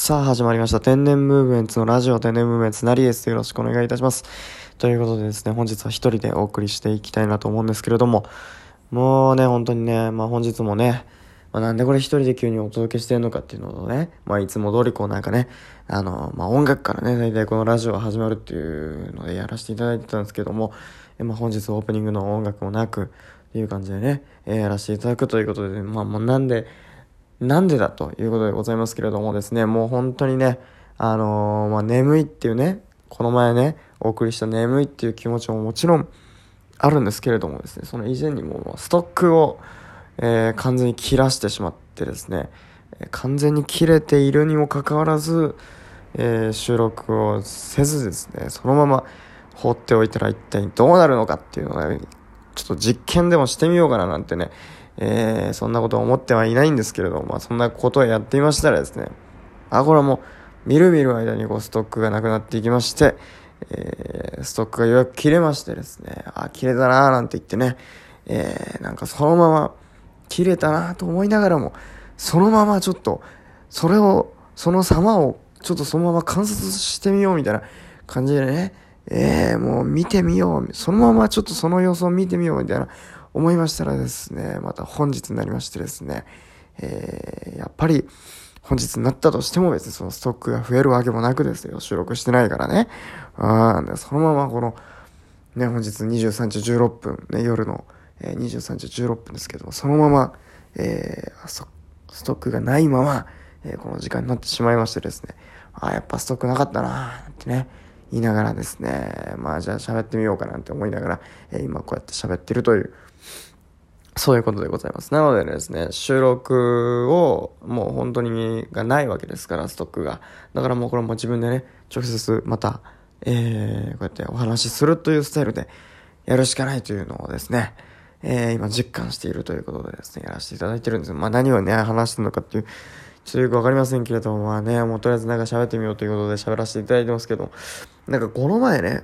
さあ始まりました天然ムーブメンツのラジオ天然ムーブメンツなりです。よろしくお願いいたします。ということでですね、本日は一人でお送りしていきたいなと思うんですけれども、もうね本当にね、本日もね、なんでこれ一人で急にお届けしてるのかっていうのをね、いつも通りこうなんかね、音楽からね、大体このラジオが始まるっていうのでやらせていただいてたんですけども、本日オープニングの音楽もなくっていう感じでね、やらせていただくということで、もうなんでだということでございますけれどもですね、もう本当にね、眠いっていうね、この前ね、お送りした眠いっていう気持ちももちろんあるんですけれどもですね、その以前にもストックを、完全に切らしてしまってですね、完全に切れているにもかかわらず、収録をせずですね、そのまま放っておいたら一体どうなるのかっていうのをね、ちょっと実験でもしてみようかななんてね、そんなことは思ってはいないんですけれども、そんなことをやってみましたらですね、これはもうみるみる間にストックがなくなっていきまして、ストックがようやく切れましてですね、切れたなーなんて言ってね、なんかそのまま切れたなと思いながらも、そのままちょっとその様をちょっとそのまま観察してみようみたいな感じでね、もう見てみよう、そのままちょっとその様子を見てみようみたいな思いましたらですね、また本日になりましてですね、やっぱり本日になったとしても別にそのストックが増えるわけもなくですよ、収録してないからね。そのままこのね、本日23時16分ね、夜の、23時16分ですけども、そのまま、ストックがないまま、この時間になってしまいましてですね、やっぱストックなかったなーってね、言いながらですね、じゃあ喋ってみようかなって思いながら、今こうやって喋ってるという、そういうことでございます。なのでですね、収録をもう本当にがないわけですから、ストックが。だからもうこれも自分でね、直接また、こうやってお話しするというスタイルでやるしかないというのをですね、今実感しているということでですね、やらせていただいてるんです。何をね、話してるのかっていう、ちょっとよくわかりませんけれども、もうとりあえずなんか喋ってみようということで喋らせていただいてますけど、なんかこの前ね、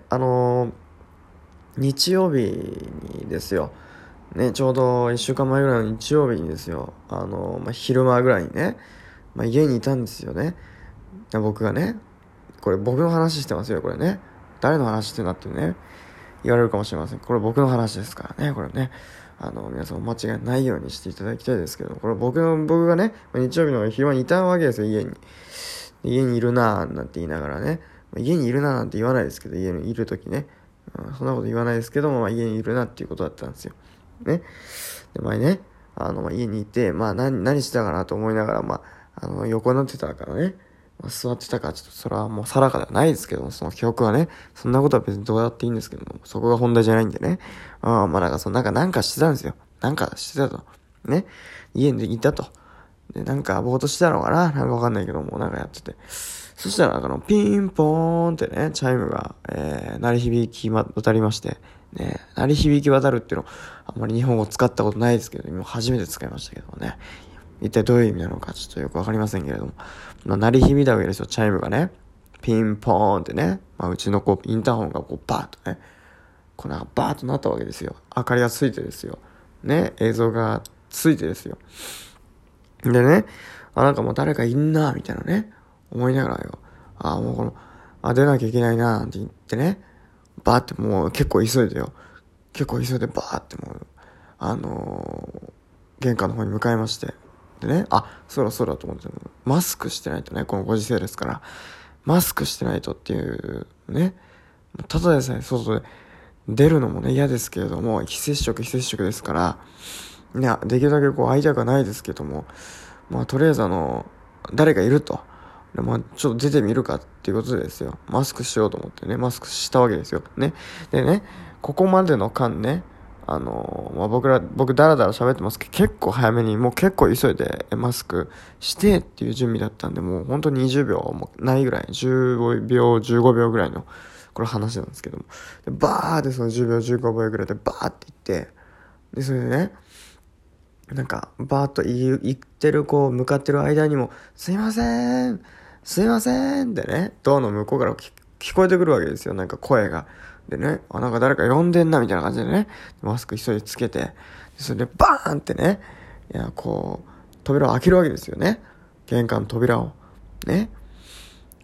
日曜日にですよ、ね、ちょうど1週間前ぐらいの日曜日にですよ、昼間ぐらいにね、家にいたんですよね。僕がね、これ僕の話してますよ、これね。誰の話してんだってね、言われるかもしれません。これ僕の話ですからね、これね。皆さん間違いないようにしていただきたいですけど、これ僕がね、日曜日の昼間にいたわけですよ、家に。家にいるなーなんて言いながらね。家にいるなーなんて言わないですけど、家にいるときね。そんなこと言わないですけども、家にいるなっていうことだったんですよ。ね。で、前ね、家にいて、何してたかなと思いながら、横になってたからね、座ってたか、ちょっとそれはもう定かではないですけども、その記憶はね、そんなことは別にどうやっていいんですけども、そこが本題じゃないんでね。なんかしてたんですよ。なんかしてたと。ね。家にいたと。で、なんかぼーっとしてたのかな、なんかわかんないけども、なんかやってて。そしたら、ピンポーンってね、チャイムが、鳴り響き渡りまして、ね、鳴り響き渡るっていうの、あんまり日本語使ったことないですけど、今初めて使いましたけどもね。一体どういう意味なのかちょっとよくわかりませんけれども。鳴り響いたわけですよ、チャイムがね。ピンポーンってね。うちのインターホンがバーッとね、なんかバーッとなったわけですよ。明かりがついてですよ。ね、映像がついてですよ。でね、なんかもう誰かいんなみたいなね、思いながらよ。もう出なきゃいけないななんて言ってね、バーってもう結構急いでよ。結構急いでバーってもう、玄関の方に向かいまして。でね、そろそろと思って、マスクしてないとね、このご時世ですから、マスクしてないとっていうね、ただでさえ外で出るのもね、嫌ですけれども、非接触ですから、できるだけ会いたくはないですけども、とりあえず誰かいると。でちょっと出てみるかっていうことでですよ。マスクしようと思ってね、マスクしたわけですよ。ね。でね、ここまでの間ね、僕ダラダラ喋ってますけど、結構早めに、もう結構急いでマスクしてっていう準備だったんで、もう本当に20秒もないぐらい、15秒、15秒ぐらいの、これ話なんですけども。でバーってその10秒、15秒ぐらいでバーって言って、で、それでね、なんか、バーっと言ってる向かってる間にも、すいませんってね、ドアの向こうから聞こえてくるわけですよ、なんか声が。でね、なんか誰か呼んでんなみたいな感じでね、マスク急いでつけて、それでバーンってね、扉を開けるわけですよね。玄関の扉を。ね。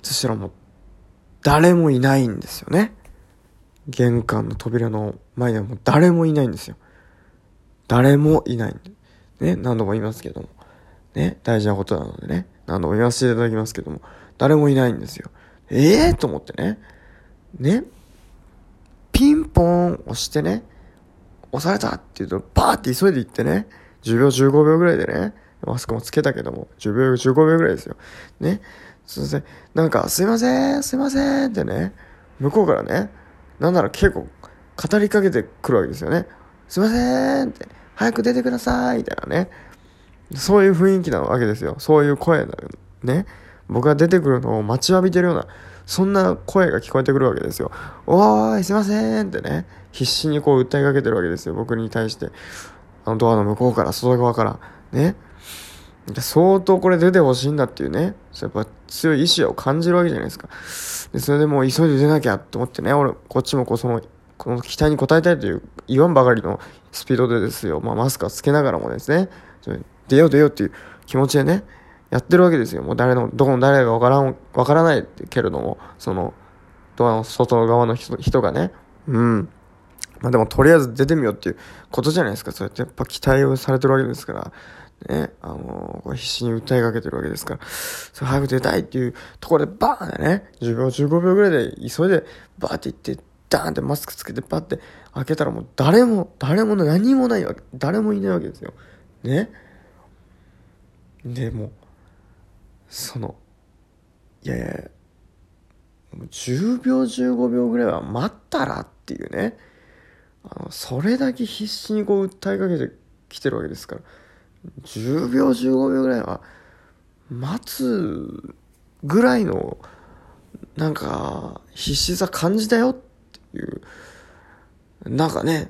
そしたらもう誰もいないんですよね。玄関の扉の前にはもう誰もいないんですよ。誰もいないんで。ね、何度も言いますけども。ね、大事なことなのでね、何度も言わせていただきますけども、誰もいないんですよ。と思ってね。ね、ピンポン押してね、押されたって言うと、バーって急いで行ってね、10秒15秒ぐらいでね、マスクもつけたけども、10秒15秒ぐらいですよ。ね。すいません。なんか、すいませんってね、向こうからね、なんなら結構語りかけてくるわけですよね。すいませんって、早く出てくださいみたいなね。そういう雰囲気なわけですよ。そういう声だよね。僕が出てくるのを待ちわびてるような、そんな声が聞こえてくるわけですよ。おーい、すいませんってね、必死にこう訴えかけてるわけですよ。僕に対して。ドアの向こうから、外側から。ね。相当これ出てほしいんだっていうね。やっぱ強い意志を感じるわけじゃないですか。で、それでもう急いで出なきゃって思ってね、こっちもこの期待に応えたいという言わんばかりのスピードでですよ。マスクはつけながらもですね、出ようっていう気持ちでね、やってるわけですよ。もうどこの誰がわからないけれども、ドアの外側の人がね、でもとりあえず出てみようっていうことじゃないですか。そうやってやっぱ期待をされてるわけですから。ね、必死に訴えかけてるわけですから、早く出たいっていうところでバーンでね、10秒、15秒ぐらいで急いでバーって行って、ダーンってマスクつけてバーって開けたらもう誰も何もないわけ、誰もいないわけですよ。ね。で、もう、いやいや、もう10秒、15秒ぐらいは待ったらっていうね、それだけ必死にこう訴えかけてきてるわけですから、10秒15秒ぐらいは待つぐらいのなんか必死さ感じたよっていう、なんかね、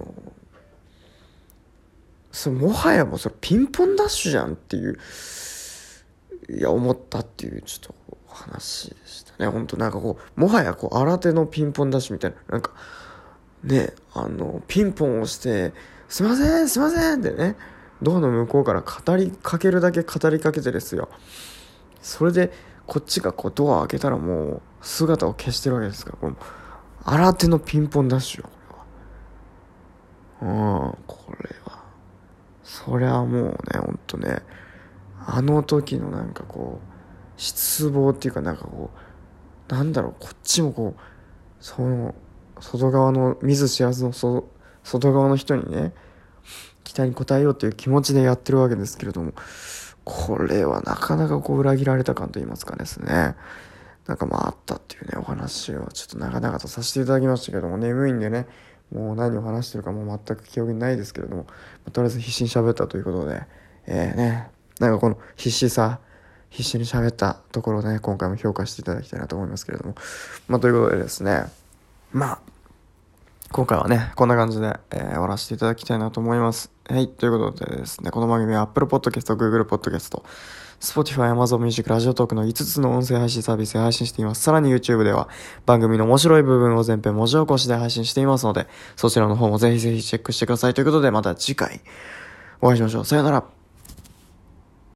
もはやもうそれピンポンダッシュじゃんっていう、思ったっていうちょっと話でしたね。本当なんかこうもはやこう新手のピンポンダッシュみたいな、なんかね、ピンポンをしてすいませんってね、ドアの向こうから語りかけるだけ語りかけてですよ。それでこっちがこうドア開けたらもう姿を消してるわけですから、これ新手のピンポンダッシュよ、これは。これはそりゃもうね、ほんとね、あの時のなんかこう失望っていうか、なんかこうなんだろう、こっちもこう外側の見ず知らずの外側の人にね、期待に応えようという気持ちでやってるわけですけれども、これはなかなかこう裏切られた感と言いますかですね、なんかあったっていうね、お話をちょっと長々とさせていただきましたけども、眠いんでね、もう何を話してるかもう全く記憶にないですけれども、とりあえず必死に喋ったということで、なんかこの必死に喋ったところをね、今回も評価していただきたいなと思いますけれども、ということでですね、今回はね、こんな感じで、終わらせていただきたいなと思います。はい、ということでですね、この番組は Apple Podcast、Google Podcast、Spotify、Amazon Music、ラジオトークの5つの音声配信サービスで配信しています。さらに YouTube では番組の面白い部分を全編文字起こしで配信していますので、そちらの方もぜひぜひチェックしてください。ということで、また次回お会いしましょう。さよなら。